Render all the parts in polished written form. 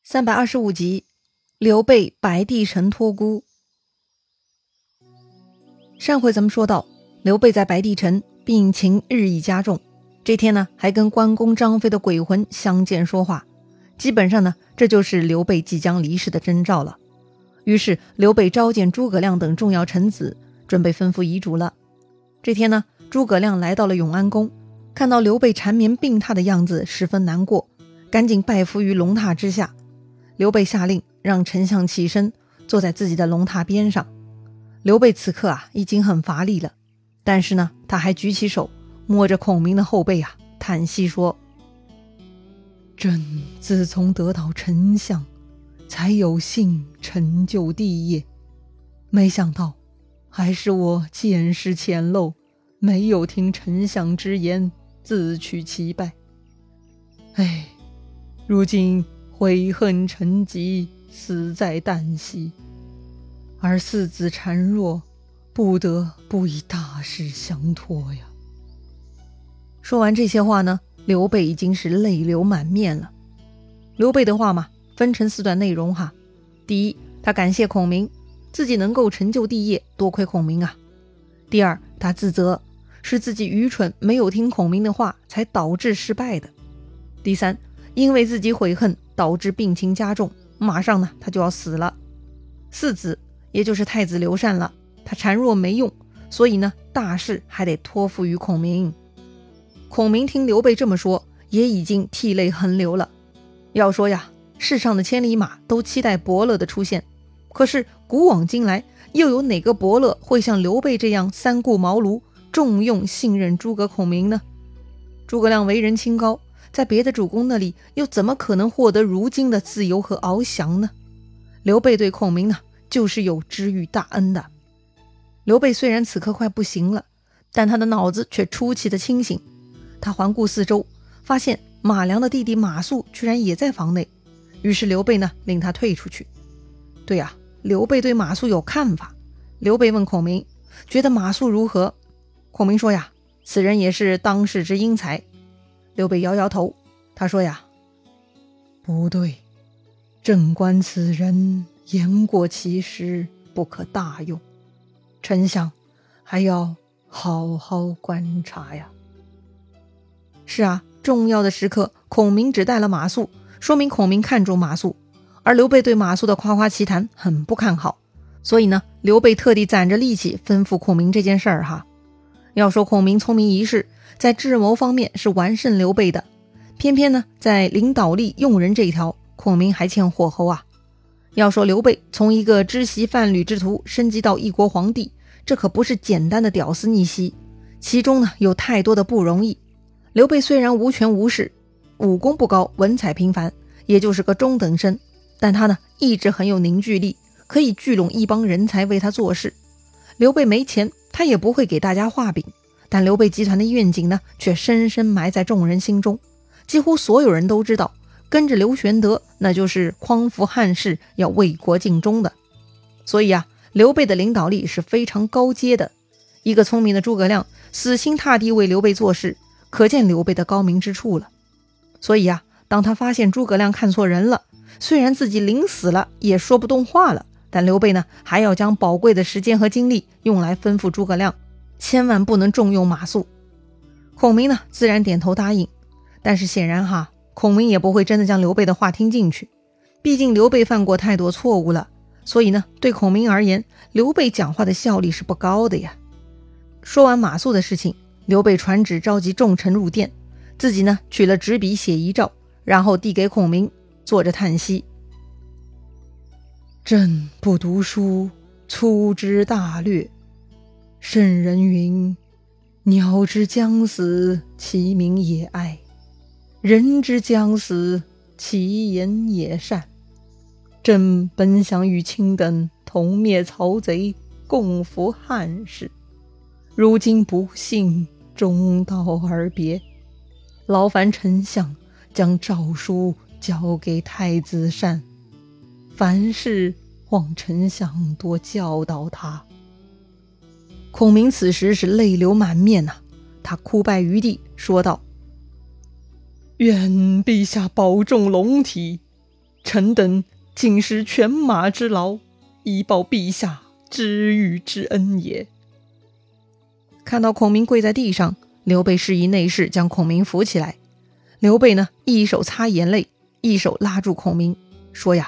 325集，刘备白帝城托孤。上回咱们说到，刘备在白帝城病情日益加重，这天呢还跟关公张飞的鬼魂相见说话，基本上呢这就是刘备即将离世的征兆了。于是刘备召见诸葛亮等重要臣子，准备吩咐遗嘱了。这天呢，诸葛亮来到了永安宫，看到刘备缠绵病榻的样子，十分难过，赶紧拜伏于龙榻之下。刘备下令让丞相起身，坐在自己的龙榻边上。刘备此刻已经很乏力了，但是呢他还举起手摸着孔明的后背叹息说：朕自从得到丞相，才有幸成就帝业，没想到还是我见识浅陋，没有听丞相之言，自取其败。如今悔恨成疾，死在旦夕，而四子孱弱，不得不以大事相托呀。说完这些话呢，刘备已经是泪流满面了。刘备的话嘛，分成4段内容哈。第一，他感谢孔明，自己能够成就帝业，多亏孔明啊。第二，他自责，是自己愚蠢，没有听孔明的话，才导致失败的。第三，因为自己悔恨，导致病情加重，马上呢他就要死了。4子也就是太子刘禅了，他孱弱没用，所以呢大事还得托付于孔明。孔明听刘备这么说，也已经涕泪横流了。要说呀，世上的千里马都期待伯乐的出现，可是古往今来，又有哪个伯乐会像刘备这样三顾茅庐，重用信任诸葛孔明呢？诸葛亮为人清高，在别的主公那里又怎么可能获得如今的自由和翱翔呢？刘备对孔明呢，就是有知遇大恩的。刘备虽然此刻快不行了，但他的脑子却出奇的清醒。他环顾四周，发现马良的弟弟马谡居然也在房内，于是刘备呢令他退出去。对啊，刘备对马谡有看法。刘备问孔明，觉得马谡如何？孔明说呀，此人也是当世之英才。刘备摇摇头，他说呀，不对，朕观此人言过其实，不可大用，丞相还要好好观察呀。是啊，重要的时刻孔明只带了马谡，说明孔明看重马谡，而刘备对马谡的夸夸其谈很不看好，所以呢刘备特地攒着力气吩咐孔明这件事儿哈。要说孔明聪明一世，在智谋方面是完胜刘备的，偏偏呢在领导力用人这一条，孔明还欠火候啊。要说刘备从一个织席贩履之徒升级到一国皇帝，这可不是简单的屌丝逆袭，其中呢有太多的不容易。刘备虽然无权无势，武功不高，文采平凡，也就是个中等生，但他呢一直很有凝聚力，可以聚拢一帮人才为他做事。刘备没钱，他也不会给大家画饼，但刘备集团的愿景呢却深深埋在众人心中，几乎所有人都知道，跟着刘玄德那就是匡扶汉室，要为国尽忠的。所以刘备的领导力是非常高阶的。一个聪明的诸葛亮死心塌地为刘备做事，可见刘备的高明之处了。所以当他发现诸葛亮看错人了，虽然自己临死了也说不动话了，但刘备呢还要将宝贵的时间和精力用来吩咐诸葛亮，千万不能重用马谡。孔明呢自然点头答应，但是显然孔明也不会真的将刘备的话听进去，毕竟刘备犯过太多错误了，所以呢对孔明而言，刘备讲话的效力是不高的呀。说完马谡的事情，刘备传旨召集众臣入殿，自己呢取了纸笔写遗诏，然后递给孔明，坐着叹息。朕不读书，粗知大略。圣人云，鸟之将死，其鸣也哀；人之将死，其言也善。朕本想与卿等同灭曹贼，共扶汉室，如今不幸中道而别，劳烦丞相将诏书交给太子善，凡事望丞相多教导他。孔明此时是泪流满面他哭拜于地，说道：愿陛下保重龙体， 臣等尽施犬马之劳，以报陛下知遇之恩也。 看到孔明跪在地上，刘备示意内侍将孔明扶起来。刘备呢，一手擦眼泪，一手拉住孔明，说呀：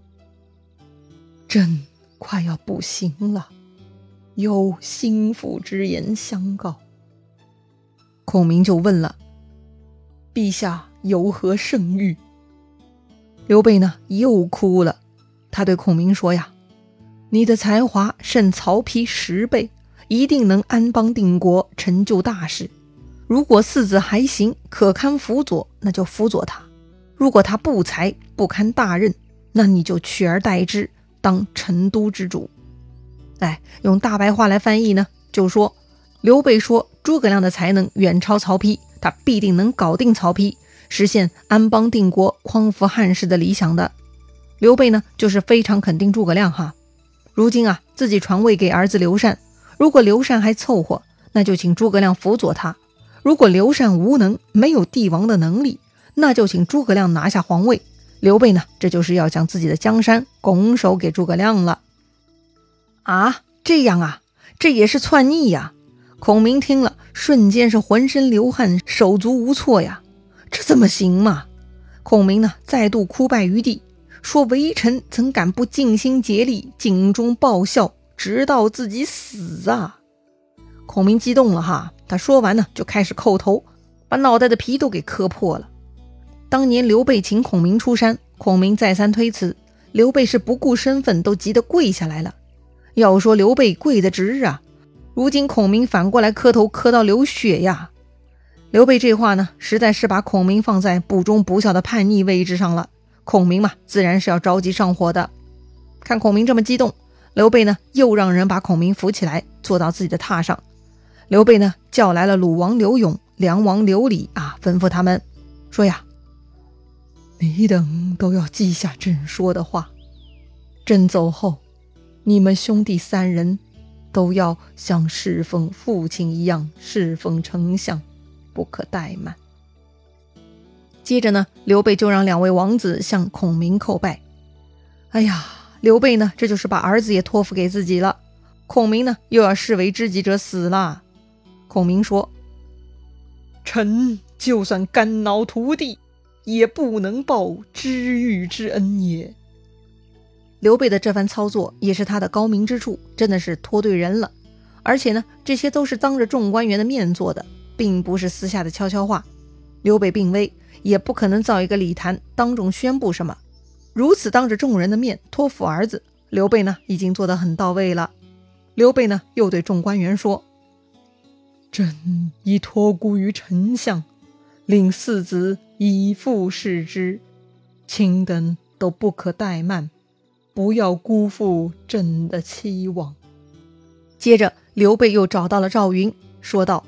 朕快要不行了，有心腹之言相告。 孔明就问了： 陛下有何圣谕？ 刘备呢，又哭了。他对孔明说呀：你的才华胜曹丕10倍，一定能安邦定国，成就大事。如果四子还行，可堪辅佐，那就辅佐他；如果他不才，不堪大任，那你就取而代之，当成都之主。用大白话来翻译呢，就说刘备说诸葛亮的才能远超曹丕，他必定能搞定曹丕，实现安邦定国、匡扶汉室的理想的。刘备呢，就是非常肯定诸葛亮哈。如今啊，自己传位给儿子刘禅，如果刘禅还凑合，那就请诸葛亮辅佐他；如果刘禅无能，没有帝王的能力，那就请诸葛亮拿下皇位。刘备呢，这就是要将自己的江山拱手给诸葛亮了。啊，这样啊，这也是篡逆呀！孔明听了，瞬间是浑身流汗，手足无措呀。这怎么行嘛？孔明呢，再度哭拜于地，说微臣怎敢不尽心竭力，尽忠报效，直到自己死啊！孔明激动了哈，他说完呢，就开始叩头，把脑袋的皮都给磕破了。当年刘备请孔明出山，孔明再三推辞，刘备是不顾身份，都急得跪下来了。要说刘备跪得直啊，如今孔明反过来磕头，磕到流血呀。刘备这话呢，实在是把孔明放在不忠不孝的叛逆位置上了。孔明嘛，自然是要着急上火的。看孔明这么激动，刘备呢，又让人把孔明扶起来，坐到自己的榻上。刘备呢，叫来了鲁王刘永、梁王刘礼啊，吩咐他们说呀： 你等都要记下朕说的话，朕走后，你们兄弟3人都要像侍奉父亲一样侍奉丞相，不可怠慢。 接着呢，刘备就让2位王子向孔明叩拜。哎呀，刘备呢，这就是把儿子也托付给自己了。孔明呢，又要视为知己者死了。孔明说： 臣就算肝脑涂地，也不能报知遇之恩也。 刘备的这番操作也是他的高明之处，真的是托对人了。而且呢，这些都是当着众官员的面做的，并不是私下的悄悄话。刘备病危，也不可能造一个礼坛当众宣布什么，如此当着众人的面托付儿子，刘备呢，已经做得很到位了。刘备呢，又对众官员说： 朕已托孤于丞相，令4子以父视之，卿等都不可怠慢，不要辜负朕的期望。 接着刘备又找到了赵云，说道：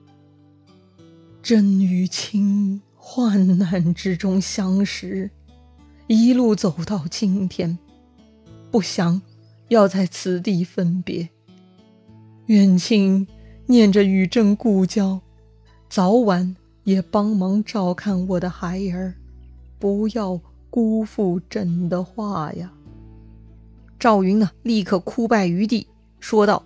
朕与卿患难之中相识，一路走到今天，不想要在此地分别。愿卿念着与朕故交，早晚也帮忙照看我的孩儿，不要辜负朕的话呀。 赵云呢，立刻哭拜于地，说道：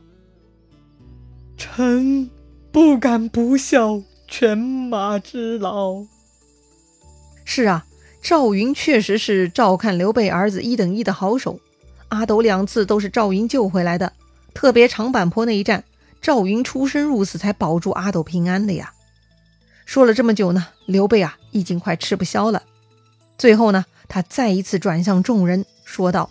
臣不敢不效犬马之劳。 是啊，赵云确实是照看刘备儿子1等1的好手，阿斗2次都是赵云救回来的，特别长坂坡那一战，赵云出生入死才保住阿斗平安的呀。说了这么久呢，刘备啊，已经快吃不消了。最后呢，他再一次转向众人，说道：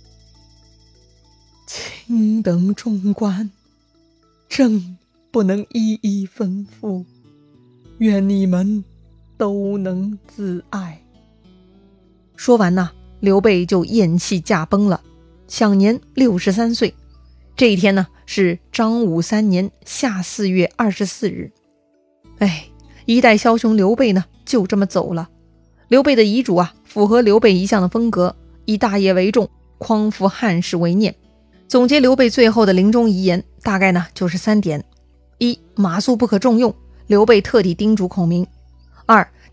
卿等众官，朕不能一一吩咐，愿你们都能自爱。 说完呢，刘备就咽气驾崩了，享年63岁。这一天呢，是张武3年夏4月24日。一代枭雄刘备呢，就这么走了。刘备的遗嘱啊，符合刘备一向的风格，以大业为重，匡扶汉室为念。总结刘备最后的临终遗言，大概呢就是3点：1. 马谡不可重用，刘备特地叮嘱孔明；2.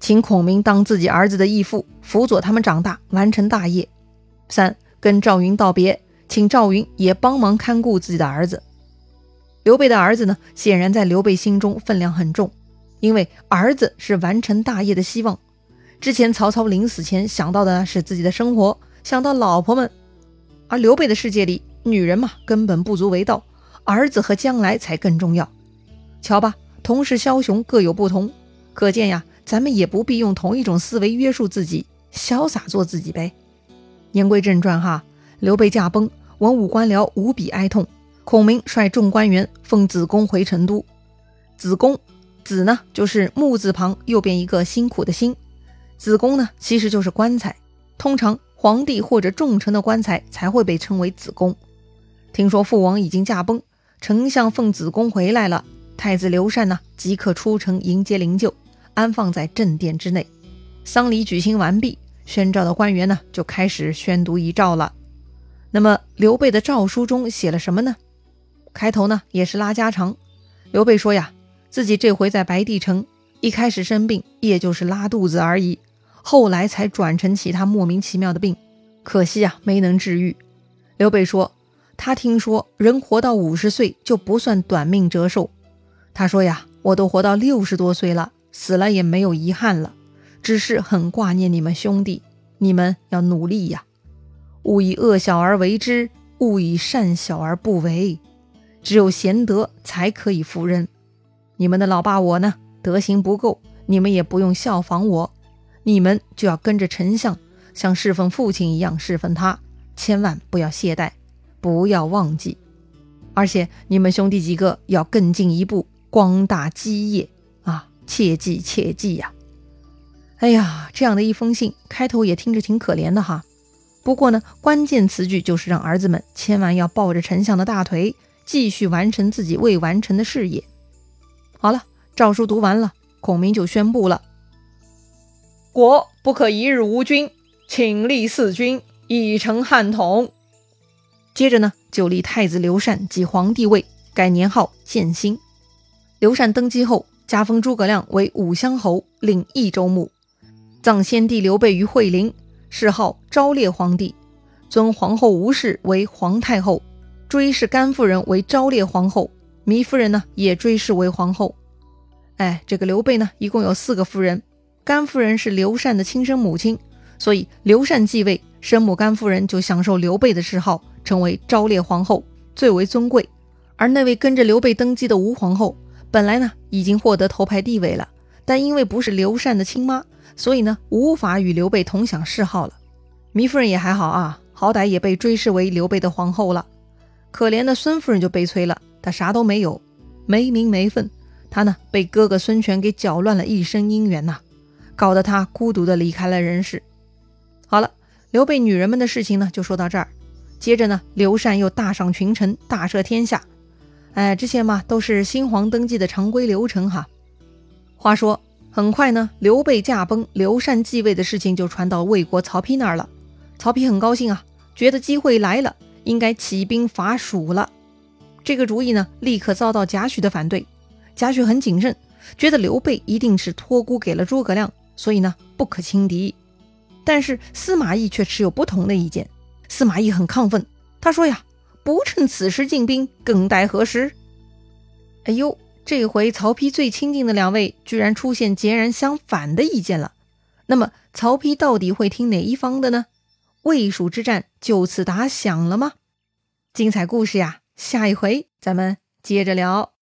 请孔明当自己儿子的义父，辅佐他们长大，完成大业。3. 跟赵云道别，请赵云也帮忙看顾自己的儿子。刘备的儿子呢，显然在刘备心中分量很重，因为儿子是完成大业的希望。之前曹操临死前想到的是自己的生活，想到老婆们，而刘备的世界里，女人嘛根本不足为道，儿子和将来才更重要。瞧吧，同是枭雄各有不同，可见呀，咱们也不必用同一种思维约束自己，潇洒做自己呗。言归正传哈，刘备驾崩，文武官僚无比哀痛。孔明率众官员奉子贡回成都。子贡，子呢就是木字旁右边一个辛苦的辛，子贡呢其实就是棺材，通常皇帝或者重臣的棺材才会被称为子贡。听说父王已经驾崩，丞相奉子贡回来了，太子刘禅呢即刻出城迎接灵柩，安放在正殿之内。丧礼举行完毕，宣诏的官员呢就开始宣读遗诏了。那么刘备的诏书中写了什么呢？开头呢也是拉家常。刘备说呀，自己这回在白帝城，一开始生病也就是拉肚子而已，后来才转成其他莫名其妙的病，可惜啊没能治愈。刘备说，他听说人活到50岁就不算短命折寿。他说呀，我都活到60多岁了，死了也没有遗憾了，只是很挂念你们兄弟，你们要努力呀。勿以恶小而为之，勿以善小而不为。只有贤德才可以服人。你们的老爸我呢，德行不够，你们也不用效仿我，你们就要跟着丞相，像侍奉父亲一样侍奉他，千万不要懈怠，不要忘记。而且你们兄弟几个要更进一步，光大基业啊，切记切记呀。哎呀，这样的一封信，开头也听着挺可怜的哈。不过呢，关键词句就是让儿子们千万要抱着丞相的大腿，继续完成自己未完成的事业。好了，诏书读完了，孔明就宣布了：国不可一日无君，请立4君，以成汉统。接着呢，就立太子刘禅即皇帝位，改年号建兴。刘禅登基后，加封诸葛亮为武乡侯，领益州牧，葬先帝刘备于惠陵，谥号昭烈皇帝，尊皇后吴氏为皇太后，追谥甘夫人为昭烈皇后，糜夫人呢也追谥为皇后。这个刘备呢一共有4个夫人，甘夫人是刘禅的亲生母亲，所以刘禅继位，生母甘夫人就享受刘备的谥号，成为昭烈皇后，最为尊贵。而那位跟着刘备登基的吴皇后，本来呢已经获得头牌地位了，但因为不是刘禅的亲妈，所以呢无法与刘备同享谥号了。糜夫人也还好啊，好歹也被追谥为刘备的皇后了。可怜的孙夫人就悲催了，她啥都没有，没名没分，她呢被哥哥孙权给搅乱了一生姻缘呐，搞得她孤独的离开了人世。好了，刘备女人们的事情呢就说到这儿。接着呢，刘禅又大赏群臣，大赦天下。这些嘛都是新皇登基的常规流程哈。话说很快呢，刘备驾崩，刘禅继位的事情就传到魏国曹丕那儿了。曹丕很高兴啊，觉得机会来了，应该起兵伐蜀了。这个主意呢，立刻遭到贾诩的反对。贾诩很谨慎，觉得刘备一定是托孤给了诸葛亮，所以呢不可轻敌。但是司马懿却持有不同的意见。司马懿很亢奋，他说呀，不趁此时进兵，更待何时？哎呦，这回曹丕最亲近的2位居然出现截然相反的意见了。那么曹丕到底会听哪一方的呢？魏蜀之战就此打响了吗？精彩故事呀，下一回咱们接着聊。